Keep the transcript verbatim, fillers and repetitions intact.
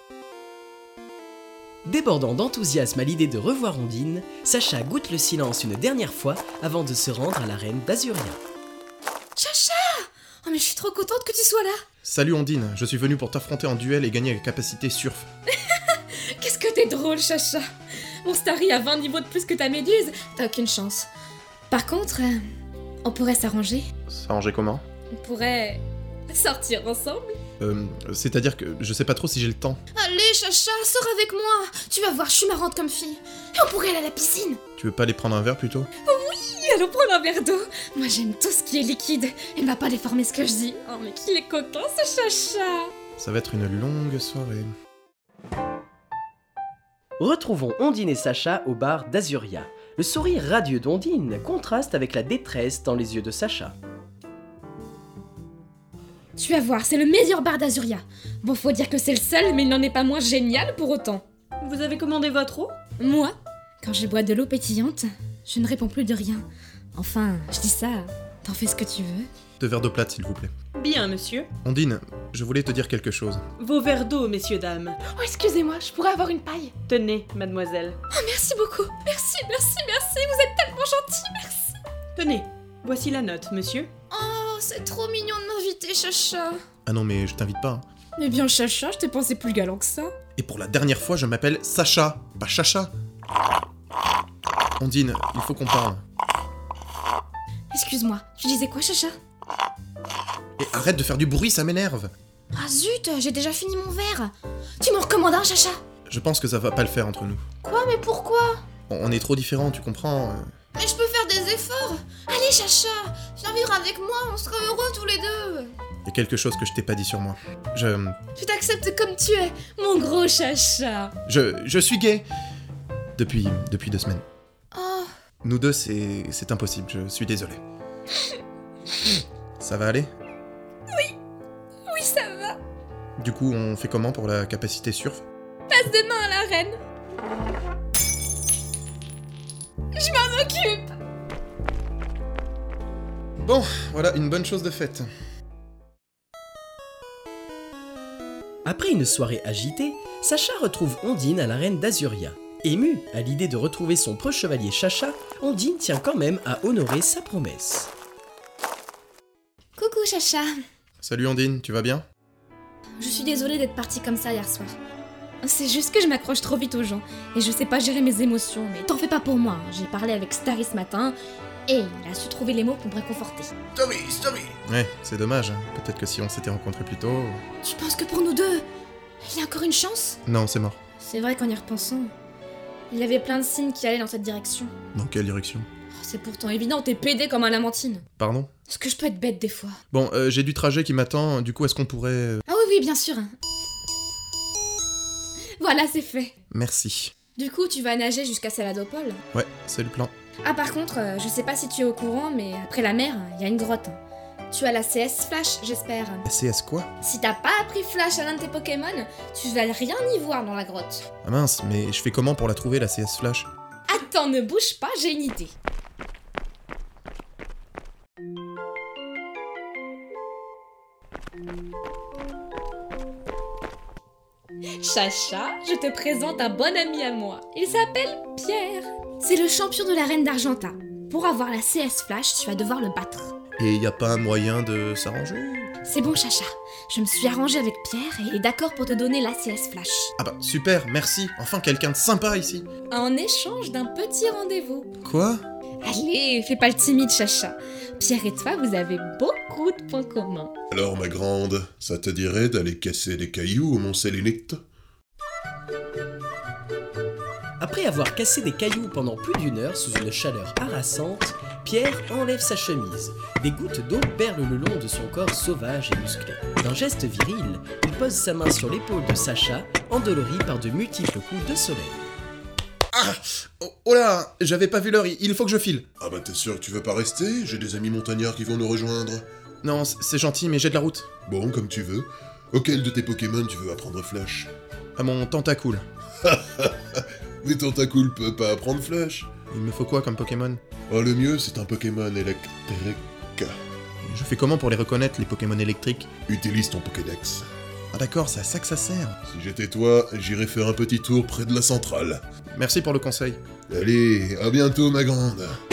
Débordant d'enthousiasme à l'idée de revoir Ondine, Sacha goûte le silence une dernière fois avant de se rendre à l'arène d'Azuria. Chacha! Oh mais je suis trop contente que tu sois là! Salut Ondine, je suis venu pour t'affronter en duel et gagner la capacité surf. Qu'est-ce que t'es drôle, Chacha! Mon Starry a vingt niveaux de plus que ta méduse, t'as aucune chance. Par contre, euh, on pourrait s'arranger. S'arranger comment? On pourrait sortir ensemble. Euh, c'est-à-dire que je sais pas trop si j'ai le temps. Allez, Chacha, sors avec moi! Tu vas voir, je suis marrante comme fille. Et on pourrait aller à la piscine. Tu veux pas aller prendre un verre plutôt? Oui, allons prendre un verre d'eau. Moi, j'aime tout ce qui est liquide. Elle m'a pas déformé ce que je dis. Oh, mais qu'il est coquin, ce Chacha! Ça va être une longue soirée. Retrouvons Ondine et Sacha au bar d'Azuria. Le sourire radieux d'Ondine contraste avec la détresse dans les yeux de Sacha. Tu vas voir, c'est le meilleur bar d'Azuria. Bon, faut dire que c'est le seul, mais il n'en est pas moins génial pour autant. Vous avez commandé votre eau? Moi, quand je bois de l'eau pétillante, je ne réponds plus de rien. Enfin, je dis ça, t'en fais ce que tu veux. Deux verres d'eau plate, s'il vous plaît. Bien, monsieur. Ondine, je voulais te dire quelque chose. Vos verres d'eau, messieurs, dames. Oh, excusez-moi, je pourrais avoir une paille? Tenez, mademoiselle. Oh, merci beaucoup. Merci, merci, merci, vous êtes tellement gentil, merci. Tenez, voici la note, monsieur. Oh, c'est trop mignon de m'inviter, Chacha. Ah non, mais je t'invite pas. Hein. Eh bien, Chacha, je t'ai pensé plus galant que ça. Et pour la dernière fois, je m'appelle Sacha, pas Chacha. Ondine, il faut qu'on parle. Excuse-moi, tu disais quoi, Chacha? Et arrête de faire du bruit, ça m'énerve. Ah zut, j'ai déjà fini mon verre. Tu m'en recommandes un, Chacha? Je pense que ça va pas le faire entre nous. Quoi, mais pourquoi? On, on est trop différents, tu comprends? Mais je peux faire des efforts. Allez, Chacha, viens vivre avec moi, on sera heureux tous les deux. Il y a quelque chose que je t'ai pas dit sur moi. Je... Je t'accepte comme tu es, mon gros Chacha. Je... Je suis gay. Depuis... Depuis deux semaines. Oh. Nous deux, c'est... C'est impossible, je suis désolé. Ça va aller? Oui. Oui, ça va. Du coup, on fait comment pour la capacité surf? Passe demain à l'arène. Je m'en occupe. Bon, voilà une bonne chose de faite. Après une soirée agitée, Sacha retrouve Ondine à l'arène d'Azuria. Émue à l'idée de retrouver son proche chevalier Chacha, Ondine tient quand même à honorer sa promesse. Coucou, Chacha. Salut Ondine, tu vas bien? Je suis désolée d'être partie comme ça hier soir. C'est juste que je m'accroche trop vite aux gens, et je sais pas gérer mes émotions, mais t'en fais pas pour moi. J'ai parlé avec Starry ce matin, et il a su trouver les mots pour me réconforter. Story, story. Ouais, c'est dommage. Peut-être que si on s'était rencontrés plus tôt... Tu penses que pour nous deux, il y a encore une chance? Non, c'est mort. C'est vrai qu'en y repensant, il y avait plein de signes qui allaient dans cette direction. Dans quelle direction? Oh, c'est pourtant évident, t'es pédé comme un lamantine. Pardon? Est-ce que je peux être bête des fois? Bon, euh, j'ai du trajet qui m'attend, du coup est-ce qu'on pourrait... Ah oui, oui, bien sûr. Voilà, c'est fait. Merci. Du coup, tu vas nager jusqu'à Saladopol? Ouais, c'est le plan. Ah, par contre, euh, je sais pas si tu es au courant, mais après la mer, il y a une grotte. Tu as la C S Flash, j'espère. C S quoi? Si t'as pas appris Flash à l'un de tes Pokémon, tu vas rien y voir dans la grotte. Ah mince, mais je fais comment pour la trouver, la C S Flash? Attends, ne bouge pas, j'ai une idée. Chacha, je te présente un bon ami à moi. Il s'appelle Pierre. C'est le champion de l'arène d'Argenta. Pour avoir la C S Flash, tu vas devoir le battre. Et y a pas un moyen de s'arranger? C'est bon, Chacha. Je me suis arrangée avec Pierre et il est d'accord pour te donner la C S Flash. Ah bah super, merci. Enfin quelqu'un de sympa ici. En échange d'un petit rendez-vous. Quoi? Allez, fais pas le timide, Chacha. Pierre et toi, vous avez beaucoup de points communs. Alors, ma grande, ça te dirait d'aller casser des cailloux au Mont Sélénite? Après avoir cassé des cailloux pendant plus d'une heure sous une chaleur harassante, Pierre enlève sa chemise. Des gouttes d'eau perlent le long de son corps sauvage et musclé. D'un geste viril, il pose sa main sur l'épaule de Sacha, endolori par de multiples coups de soleil. Ah! Oh, oh là! J'avais pas vu l'heure, il faut que je file. Ah bah t'es sûr que tu veux pas rester? J'ai des amis montagnards qui vont nous rejoindre. Non, c'est gentil, mais j'ai de la route. Bon, comme tu veux. Auquel de tes Pokémon tu veux apprendre Flash? À mon Tentacool. Mais Tentacool peut pas apprendre Flash. Il me faut quoi comme Pokémon? Oh, le mieux, c'est un Pokémon électrique. Je fais comment pour les reconnaître, les Pokémon électriques? Utilise ton Pokédex. Ah d'accord, c'est à ça que ça sert. Si j'étais toi, j'irais faire un petit tour près de la centrale. Merci pour le conseil. Allez, à bientôt ma grande.